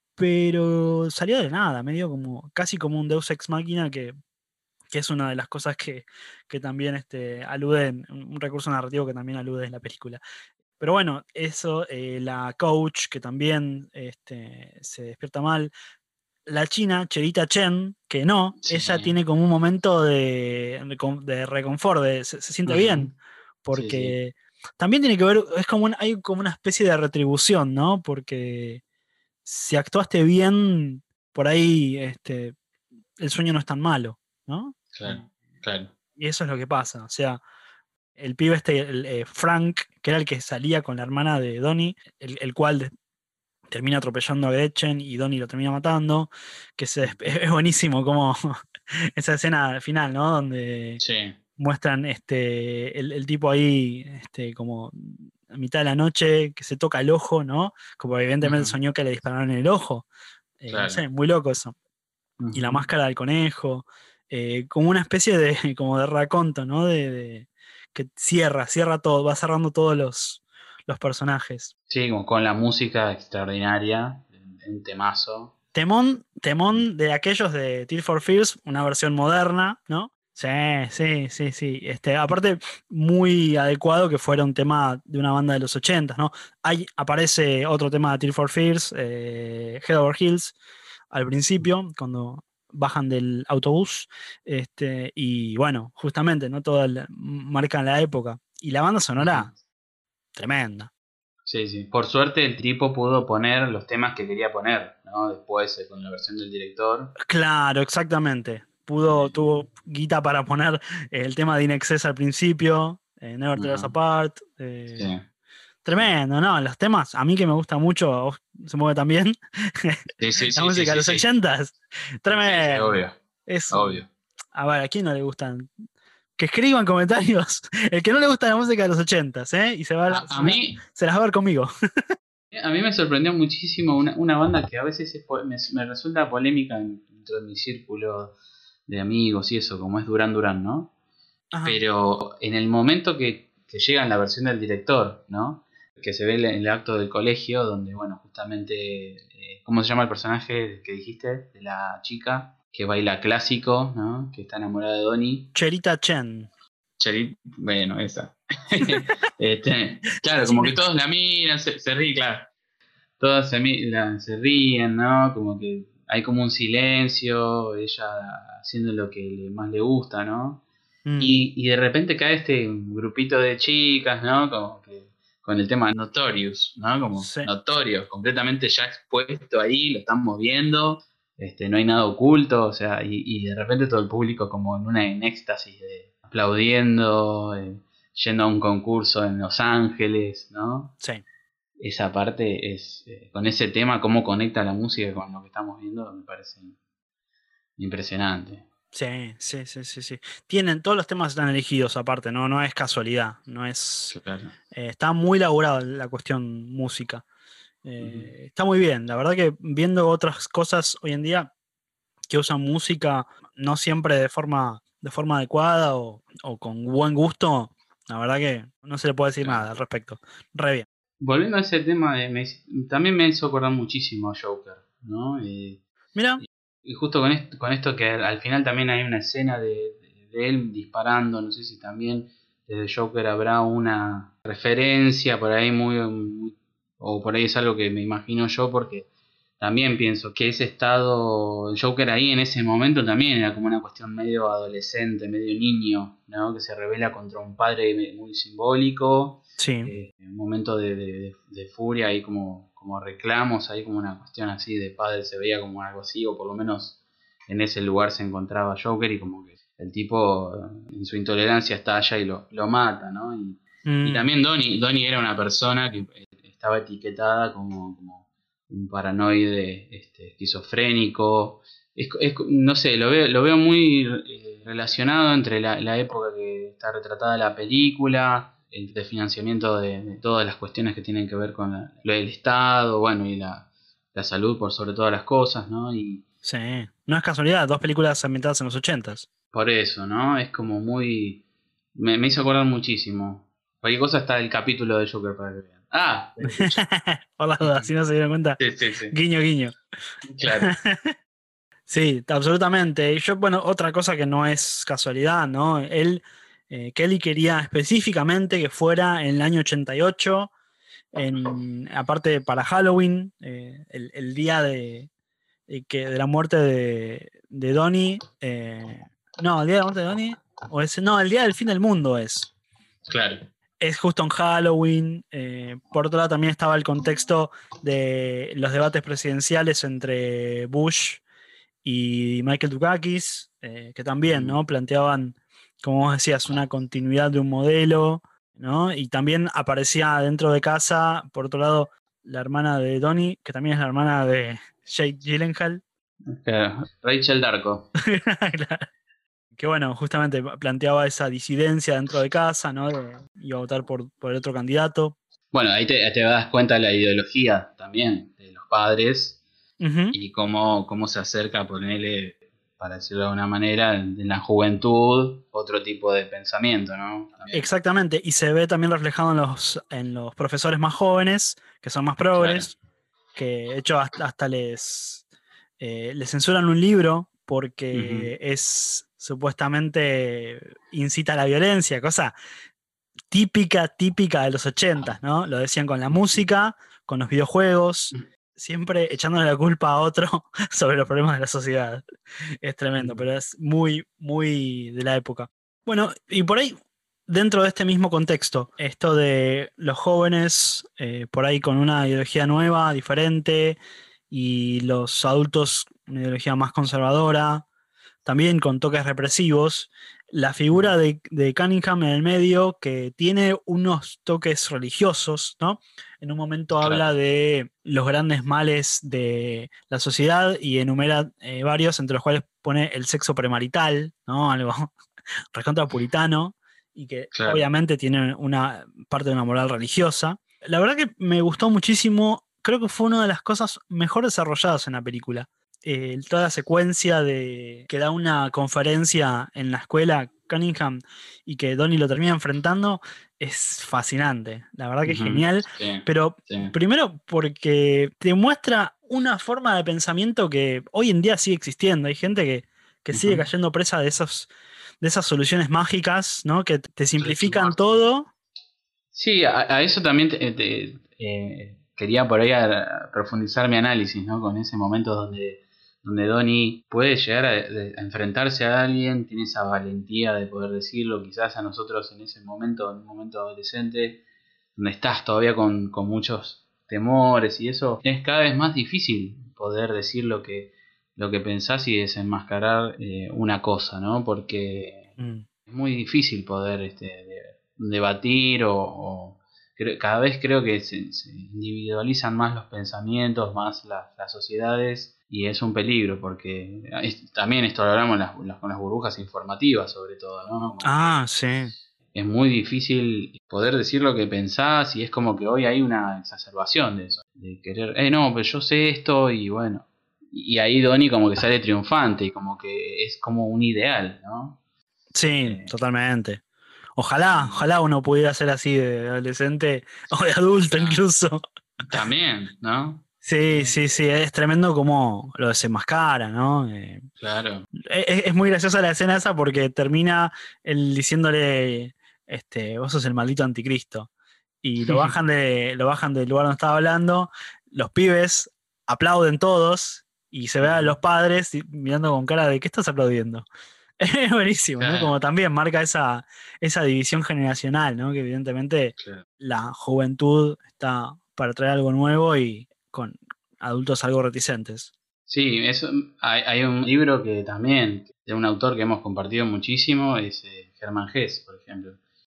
pero salió de nada, medio como, casi como un Deus Ex Machina que, que es una de las cosas que, que también este, aluden, un recurso narrativo que también alude en la película. Pero bueno, eso, eh, la coach que también este, se despierta mal. La china, Cherita Chen, que no, Sí. ella tiene como un momento de, de reconfort, de, se, se siente Ujú, bien, sí, sí. porque también tiene que ver, es como un- hay como una especie de retribución, ¿no? Porque si actuaste bien, por ahí este, el sueño no es tan malo, ¿no? Claro, Y, claro. y eso es lo que pasa. O sea, el pibe este, el, eh, Frank, que era el que salía con la hermana de Donnie, el, el cual de- termina atropellando a Gretchen y Donnie lo termina matando, que se, des- Ujú, es buenísimo como esa escena final, ¿no? Donde sí. muestran este, el, el tipo ahí este, como a mitad de la noche que se toca el ojo, ¿no? Como evidentemente Ujú, soñó que le dispararon en el ojo. Eh, no claro. sé, muy loco eso. Y la Ujú, máscara del conejo, eh, como una especie de, como de raconto, ¿no? De, de- que cierra, cierra todo, va cerrando todos los, los personajes. sí, como con la música extraordinaria, un temazo. Temón, temón de aquellos de Tears for Fears, una versión moderna, ¿no? Sí, sí, sí, sí. Este, aparte, muy adecuado que fuera un tema de una banda de los ochentas, ¿no? Ahí aparece otro tema de Tears for Fears, eh, Head Over Heels, al principio, cuando bajan del autobús. Este, y bueno, justamente, ¿no? Todo el- marcan la época. Y la banda Ujú, sonora, tremenda. sí, sí. Por suerte el tipo pudo poner los temas que quería poner, ¿no? Después, eh, con la versión del director. Claro, exactamente. Pudo, eh, tuvo guita para poner el tema de In Excess al principio, eh, Never Tear Us ujú, Apart. sí, eh, sí. tremendo, ¿no? Los temas, a mí que me gusta mucho, a vos se mueve también. Sí, sí, La sí, sí, música de sí, los sí. ochentas, Sí, sí, tremendo. obvio, Es, obvio. a ver, ¿a quién no le gustan? Que escriban comentarios. El que no le gusta la música de los ochentas, ¿eh? Y se, va, a la- A, a se, la- mí, se las va a ver conmigo. a mí me sorprendió muchísimo una, una banda que a veces es po- me, me resulta polémica en- dentro de mi círculo de amigos y eso, como es Duran Duran, ¿no? Ajá. Pero en el momento que que llega en la versión del director, ¿no? Que se ve en el acto del colegio, donde, bueno, justamente, eh, ¿cómo se llama el personaje que dijiste? De la chica que baila clásico, ¿no? Que está enamorada de Donnie. Cherita Chen. Cherit, bueno, esa. este, claro, como que todos la miran, se, se ríen, claro. Todos se, la, se ríen, ¿no? Como que hay como un silencio, ella haciendo lo que más le gusta, ¿no? Mm. Y, y de repente cae este grupito de chicas, ¿no? Como que con el tema Notorious, ¿no? Como sí. Notorious, completamente ya expuesto ahí, lo estamos viendo, este, no hay nada oculto, o sea, y, y de repente todo el público como en una en éxtasis de aplaudiendo, eh, yendo a un concurso en Los Ángeles, ¿no? Sí. Esa parte es, eh, con ese tema, cómo conecta la música con lo que estamos viendo, me parece impresionante. Sí, sí, sí, sí, sí. Tienen, todos los temas están elegidos aparte, no, no es casualidad, no es. Claro. Eh, está muy elaborada la cuestión música. Eh, uh-huh. Está muy bien. La verdad que viendo otras cosas hoy en día que usan música, no siempre de forma, de forma adecuada o, o con buen gusto, la verdad que no se le puede decir claro. nada al respecto. Re bien. Volviendo a ese tema, de, me, también me hizo acordar muchísimo a Joker, ¿no? Y, Mira. Y justo con esto, con esto que al final también hay una escena de, de, de él disparando, no sé si también desde Joker habrá una referencia por ahí muy, muy, o por ahí es algo que me imagino yo, porque también pienso que ese estado, Joker ahí en ese momento también era como una cuestión medio adolescente, medio niño, ¿no? Que se revela contra un padre muy simbólico, sí. eh, un momento de, de, de furia ahí como... como reclamos, ahí como una cuestión así de padre, se veía como algo así, o por lo menos en ese lugar se encontraba Joker y como que el tipo en su intolerancia estalla y lo, lo mata, ¿no? Y, mm. y también Donnie, Donnie era una persona que estaba etiquetada como, como un paranoide este, esquizofrénico, es, es, no sé, lo veo, lo veo muy eh, relacionado entre la, la época que está retratada la película, el de financiamiento de, de todas las cuestiones que tienen que ver con la, lo del Estado, bueno, y la, la salud por sobre todas las cosas, ¿no? Y sí, no es casualidad, dos películas ambientadas en los ochentas. Por eso, ¿no? Es como muy... Me, me hizo acordar muchísimo. Cualquier cosa está el capítulo de Joker para que vean. Ah, por las dudas, si no se dieron cuenta. Sí, sí, sí. Guiño, guiño. Claro. Sí, absolutamente. Y yo, bueno, otra cosa que no es casualidad, ¿no? Él, eh, Kelly quería específicamente que fuera en el año ochenta y ocho, en, aparte para Halloween, eh, el, el día de, de, que, de la muerte de, de Donnie. Eh, no, el día de la muerte de Donnie. O es, no, el día del fin del mundo es. Claro. Es justo en Halloween. Eh, por otro lado, también estaba el contexto de los debates presidenciales entre Bush y Michael Dukakis, eh, que también, ¿no? Planteaban, como vos decías, una continuidad de un modelo, ¿no? Y también aparecía dentro de casa, por otro lado, la hermana de Donnie, que también es la hermana de Jake Gyllenhaal. Claro. Rachel Darko. Claro. Que bueno, justamente planteaba esa disidencia dentro de casa, ¿no? De, iba a votar por, por el otro candidato. Bueno, ahí te, te das cuenta de la ideología también de los padres. Uh-huh. Y cómo, cómo se acerca a ponerle, para decirlo de alguna manera, en la juventud otro tipo de pensamiento, ¿no? También. Exactamente, y se ve también reflejado en los, en los profesores más jóvenes, que son más progres, claro. Que de hecho hasta, hasta les, eh, les censuran un libro porque uh-huh. es supuestamente incita a la violencia, cosa típica, típica de los ochentas, ¿no? Lo decían con la música, con los videojuegos, siempre echándole la culpa a otro sobre los problemas de la sociedad. Es tremendo, pero es muy, muy de la época. Bueno, y por ahí, dentro de este mismo contexto, esto de los jóvenes, eh, por ahí con una ideología nueva, diferente, y los adultos una ideología más conservadora, también con toques represivos. La figura de, de Cunningham en el medio, que tiene unos toques religiosos, ¿no? En un momento claro. Habla de los grandes males de la sociedad y enumera eh, varios, entre los cuales pone el sexo premarital, ¿no? Algo recontra puritano, y que claro. Obviamente tiene una parte de una moral religiosa. La verdad que me gustó muchísimo, creo que fue una de las cosas mejor desarrolladas en la película. Eh, toda la secuencia de que da una conferencia en la escuela Cunningham y que Donnie lo termina enfrentando es fascinante. La verdad que es Ujú, genial. sí, Pero sí. primero porque te muestra una forma de pensamiento que hoy en día sigue existiendo. Hay gente que, que sigue Ujú. cayendo presa de esos, de esas soluciones mágicas, ¿no? Que te Ricky simplifican Martin. todo. Sí, a, a eso también te- te- eh, quería por ahí a- profundizar mi análisis, ¿no? Con ese momento donde, donde Donnie puede llegar a, de- a enfrentarse a alguien, tiene esa valentía de poder decirlo, quizás a nosotros en ese momento, en un momento adolescente, donde estás todavía con, con muchos temores y eso, es cada vez más difícil poder decir lo que, lo que pensás y desenmascarar eh, una cosa, ¿no? Porque Mm. es muy difícil poder este, de- debatir o, o cre- cada vez creo que se, se individualizan más los pensamientos, más las, las sociedades y es un peligro porque es- también esto lo hablamos en las- las- con las burbujas informativas sobre todo, ¿no? Como Ah, que sí. es muy difícil poder decir lo que pensás y es como que hoy hay una exacerbación de eso, de querer, eh, no, pero yo sé esto y bueno, y ahí Donnie como que sale triunfante y como que es como un ideal, ¿no? Sí, Eh, totalmente. Ojalá, y ojalá uno pudiera ser así de adolescente o de adulto ah, incluso. también, ¿no? Sí, También, sí, sí, es tremendo como lo desenmascara, ¿no? Eh, claro. es, es muy graciosa la escena esa porque termina él diciéndole, este, vos sos el maldito anticristo. Y lo bajan de, lo bajan del lugar donde estaba hablando, los pibes aplauden todos y se ve a los Ujú, padres y- mirando con cara de ¿qué estás aplaudiendo? Es buenísimo, ¿no? claro, Como también marca esa, esa división generacional, ¿no? Que evidentemente claro. la juventud está para traer algo nuevo y con adultos algo reticentes. Sí, eso, hay, hay un libro que también, de un autor que hemos compartido muchísimo, es eh, Germán Hesse, por ejemplo.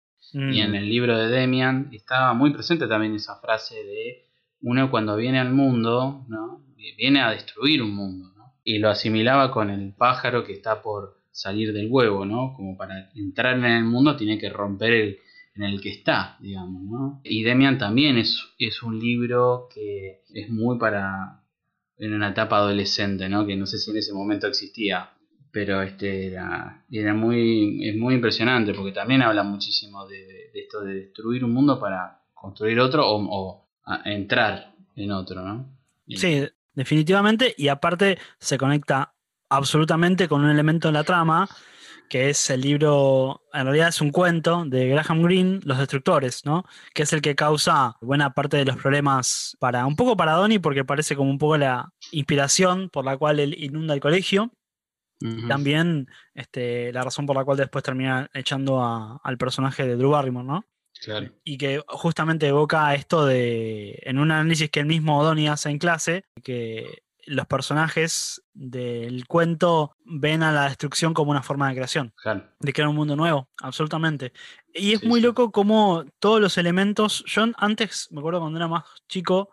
Y Mm, en el libro de Demian estaba muy presente también esa frase de uno cuando viene al mundo, ¿no? Viene a destruir un mundo, ¿no? Y lo asimilaba con el pájaro que está por salir del huevo, ¿no? Como para entrar en el mundo tiene que romper el en el que está, digamos, ¿no? Y Demian también es, es un libro que es muy para en una etapa adolescente, ¿no? Que no sé si en ese momento existía, pero este era, era muy, es muy impresionante porque también habla muchísimo de, de esto de destruir un mundo para construir otro o, o a- entrar en otro, ¿no? sí, Y- definitivamente. Y aparte se conecta absolutamente con un elemento en la trama, que es el libro, en realidad es un cuento de Graham Greene, Los Destructores, ¿no? Que es el que causa buena parte de los problemas para, un poco para Donnie, porque parece como un poco la inspiración por la cual él inunda el colegio. Ujú, También este, la razón por la cual después termina echando a- al personaje de Drew Barrymore, ¿no? claro, Y que justamente evoca esto de, en un análisis que el mismo Donnie hace en clase, que los personajes del cuento ven a la destrucción como una forma de creación, claro, de crear un mundo nuevo, absolutamente. Y es sí, muy sí, loco como todos los elementos, yo antes, me acuerdo cuando era más chico,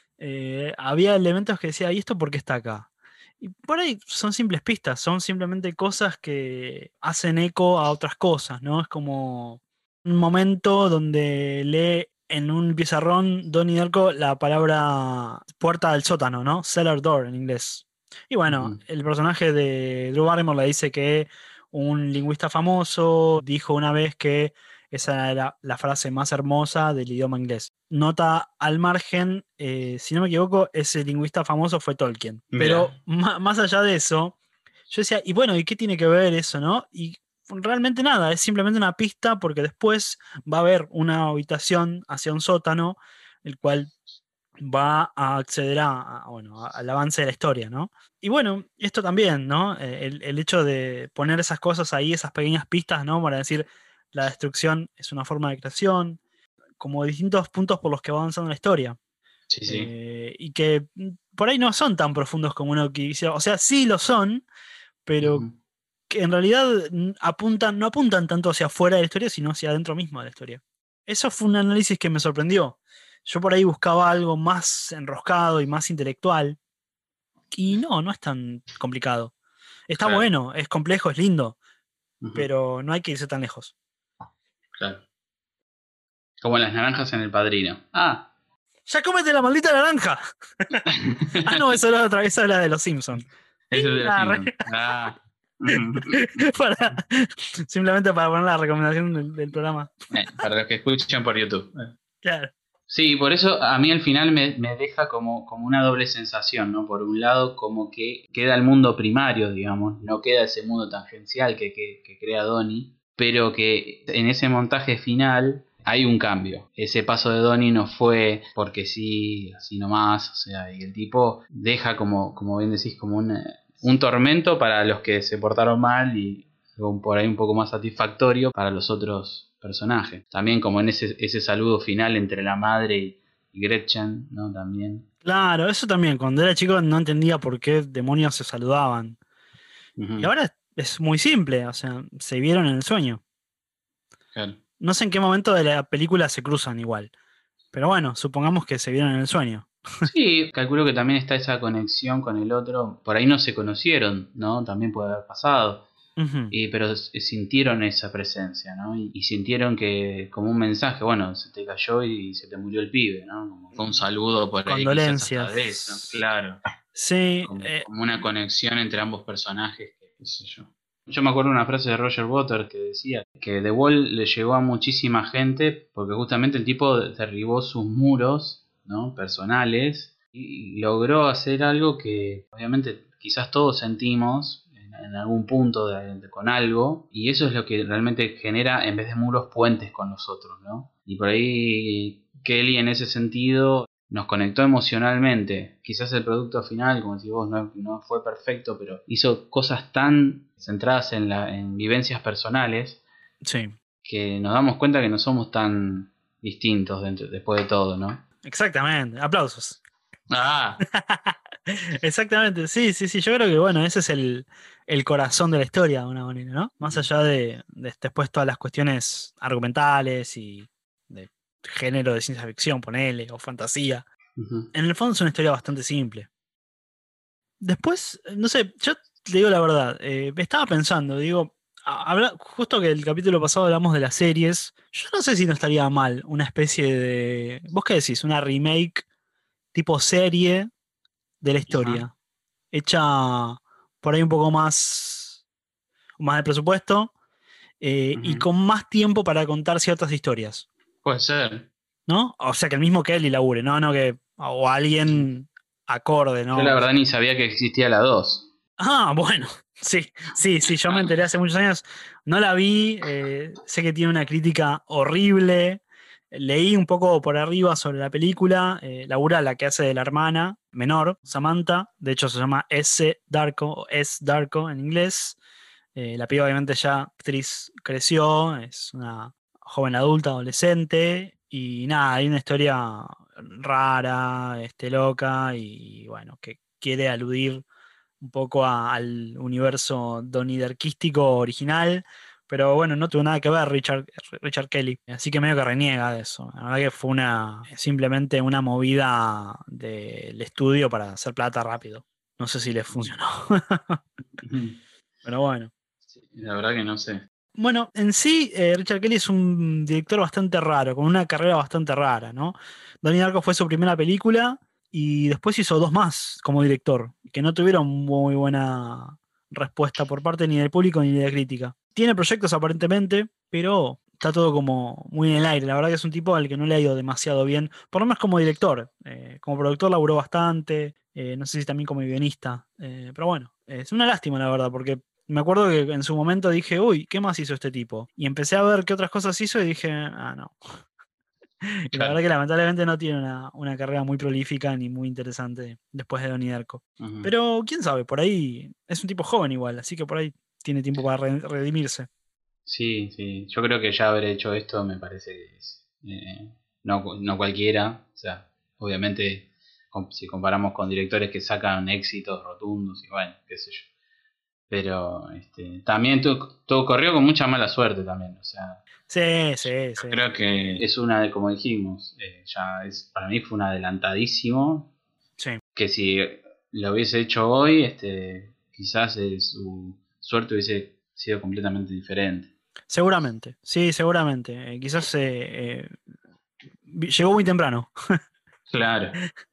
eh, había elementos que decía, ¿y esto por qué está acá? Y por ahí son simples pistas, son simplemente cosas que hacen eco a otras cosas, ¿no? Es como un momento donde lee en un pizarrón Donnie Darko la palabra puerta del sótano, ¿no? Cellar door en inglés. Y bueno, ujú, el personaje de Drew Barrymore le dice que un lingüista famoso dijo una vez que esa era la frase más hermosa del idioma inglés. Nota al margen, eh, si no me equivoco, ese lingüista famoso fue Tolkien. Pero mira, ma- más allá de eso, yo decía, y bueno, ¿y qué tiene que ver eso, no? Y realmente nada, es simplemente una pista porque después va a haber una habitación hacia un sótano, el cual va a acceder a, a, bueno, a- al avance de la historia, ¿no? Y bueno, esto también, ¿no? Eh, El, el hecho de poner esas cosas ahí, esas pequeñas pistas, ¿no? Para decir, la destrucción es una forma de creación, como distintos puntos por los que va avanzando la historia. sí, sí, Eh, y que mm, por ahí no son tan profundos como uno quisiera. O sea, sí lo son, pero ujú, que en realidad mm, apuntan, no apuntan tanto hacia afuera de la historia, sino hacia adentro mismo de la historia. Eso fue un análisis que me sorprendió. Yo por ahí buscaba algo más enroscado y más intelectual, y no, no es tan complicado. Está claro, bueno, es complejo, es lindo, ujú, pero no hay que irse tan lejos. claro. Como las naranjas en el padrino. Ah. ¡Ya cómete la maldita naranja! Ah, no, eso era otra, esa era de los Simpsons. Eso es de los ¡Inga! Simpsons. Ah. para, simplemente para poner la recomendación del, del programa. Eh, para los que escuchan por YouTube. Claro. Sí, por eso a mí al final me, me deja como, como una doble sensación, ¿no? Por un lado, como que queda el mundo primario, digamos, no queda ese mundo tangencial que, que, que crea Donnie, pero que en ese montaje final hay un cambio. Ese paso de Donnie no fue porque sí, así nomás, o sea, y el tipo deja como, como bien decís, como un, un tormento para los que se portaron mal y algo por ahí un poco más satisfactorio para los otros personajes. También como en ese, ese saludo final entre la madre y, y Gretchen, ¿no? También. Claro, eso también. Cuando era chico no entendía por qué demonios se saludaban. Y Uh-huh. ahora es, es muy simple, o sea, se vieron en el sueño. Claro. No sé en qué momento de la película se cruzan igual. Pero bueno, supongamos que se vieron en el sueño. Sí, calculo que también está esa conexión con el otro. Por ahí no se conocieron, ¿no? También puede haber pasado. Ujú. Y, pero s- sintieron esa presencia, ¿no? Y, y sintieron que como un mensaje, bueno, se te cayó y se te murió el pibe, ¿no? Como fue un saludo por ahí, quizás hasta de eso, Condolencias. claro. Sí, Como, eh, como una conexión entre ambos personajes, que, qué sé yo. Yo me acuerdo de una frase de Roger Waters que decía que The Wall le llegó a muchísima gente porque justamente el tipo derribó sus muros, ¿no? Personales y logró hacer algo que obviamente quizás todos sentimos en, en algún punto de- de- con algo, y eso es lo que realmente genera en vez de muros puentes con los otros, ¿no? Y por ahí Kelly en ese sentido nos conectó emocionalmente. Quizás el producto final, como decís vos, no, no fue perfecto, pero hizo cosas tan centradas en, la, en vivencias personales sí, que nos damos cuenta que no somos tan distintos dentro, después de todo, ¿no? exactamente. Aplausos. Ah, Exactamente, sí, sí, sí. Yo creo que bueno, ese es el, el corazón de la historia de una manera, ¿no? Más allá de, de después todas las cuestiones argumentales y de género de ciencia ficción, ponele, o fantasía. uh-huh. En el fondo es una historia bastante simple. Después, no sé, yo te digo la verdad, eh, estaba pensando, digo, a- habla- justo que el capítulo pasado hablamos de las series, yo no sé si no estaría mal una especie de, ¿vos qué decís? Una remake tipo serie de la Ajá. historia, hecha por ahí un poco más, más de presupuesto eh, y Uh-huh. con más tiempo para contar ciertas historias, Puede ser. ¿no? O sea, que el mismo Kelly labure, ¿no? No que, o Sí. alguien acorde, Yo la ¿no? verdad ni sabía que existía la dos. Ah, bueno, sí, sí, sí, yo me enteré hace muchos años, no la vi, eh, sé que tiene una crítica horrible, leí un poco por arriba sobre la película, eh, labura la que hace de la hermana menor, Samantha, de hecho se llama S. Darko, o S. Darko en inglés, eh, la piba obviamente ya actriz creció, es una joven adulta, adolescente, y nada, hay una historia rara, este, loca, y bueno, que quiere aludir un poco a- al universo doniderquístico original, pero bueno, no tuvo nada que ver Richard, Richard Kelly, así que medio que reniega de eso. La verdad que fue una simplemente una movida del estudio para hacer plata rápido. No sé si les funcionó, Ujú. pero bueno. Sí, la verdad que no sé. Bueno, en sí, eh, Richard Kelly es un director bastante raro, con una carrera bastante rara, ¿no? Donnie Darko fue su primera película y después hizo dos más como director, que no tuvieron muy buena respuesta por parte ni del público ni de la crítica. Tiene proyectos aparentemente, pero está todo como muy en el aire. La verdad que es un tipo al que no le ha ido demasiado bien, por lo menos como director. Eh, como productor laburó bastante, eh, no sé si también como guionista, eh, pero bueno, es una lástima la verdad, porque me acuerdo que en su momento dije, uy, ¿qué más hizo este tipo? Y empecé a ver qué otras cosas hizo y dije, ah, no. Y la verdad Claro. que lamentablemente no tiene una, una carrera muy prolífica ni muy interesante después de Donnie Darko. Ujú. Pero quién sabe, por ahí es un tipo joven igual, así que por ahí tiene tiempo para re- redimirse. Sí, sí. Yo creo que ya haber hecho esto me parece que es eh, no, cu- no cualquiera. O sea, obviamente com- si comparamos con directores que sacan éxitos rotundos y bueno, qué sé yo. Pero este, también todo, todo corrió con mucha mala suerte también. O sea, Sí, sí, yo sí. creo que es una de, como dijimos, eh, ya es, para mí fue un adelantadísimo. Sí, Que si lo hubiese hecho hoy, este, quizás eh, su suerte hubiese sido completamente diferente. seguramente. Sí, seguramente. Eh, quizás eh, eh, vi- llegó muy temprano. Claro.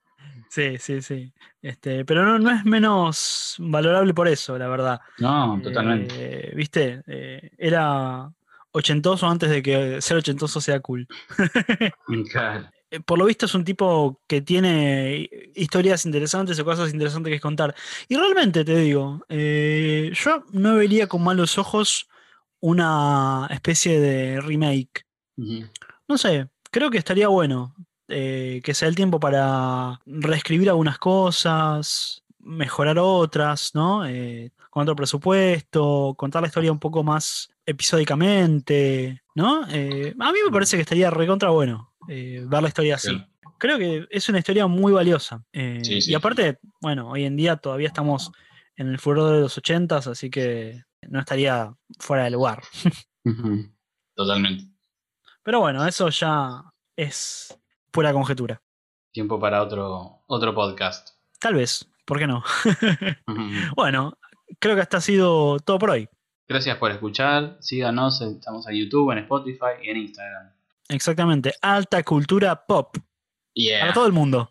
Sí, sí, sí. Este, pero no, no es menos valorable por eso, la verdad. No, totalmente. Eh, ¿viste? Eh, era ochentoso antes de que ser ochentoso sea cool. Claro. Eh, Por lo visto es un tipo que tiene historias interesantes o cosas interesantes que contar. Y realmente te digo, eh, yo no vería con malos ojos una especie de remake. Ujú. No sé, creo que estaría bueno eh, que sea el tiempo para reescribir algunas cosas, mejorar otras, ¿no? Eh, con otro presupuesto, contar la historia un poco más episódicamente, ¿no? Eh, a mí me parece que estaría recontra bueno eh, ver la historia así. Claro. Creo que es una historia muy valiosa. Sí, Eh, y sí. aparte, bueno, hoy en día todavía estamos en el furor de los ochentas, así que no estaría fuera de lugar. Ujú. Totalmente. Pero bueno, eso ya es pura conjetura. Tiempo para otro, otro podcast. Tal vez, ¿por qué no? Ujú. Bueno, creo que hasta ha sido todo por hoy. Gracias por escuchar. Síganos, estamos en YouTube, en Spotify y en Instagram. Exactamente, alta cultura pop. Para Yeah. todo el mundo.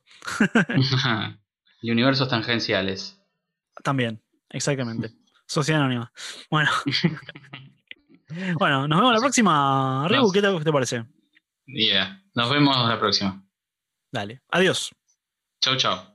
Y universos tangenciales. También, exactamente. Sociedad Anónima. Bueno, bueno, nos vemos la próxima. Ribu, ¿qué Nos, te, qué te parece? yeah. Nos vemos la próxima. Dale, adiós. Chau, chau.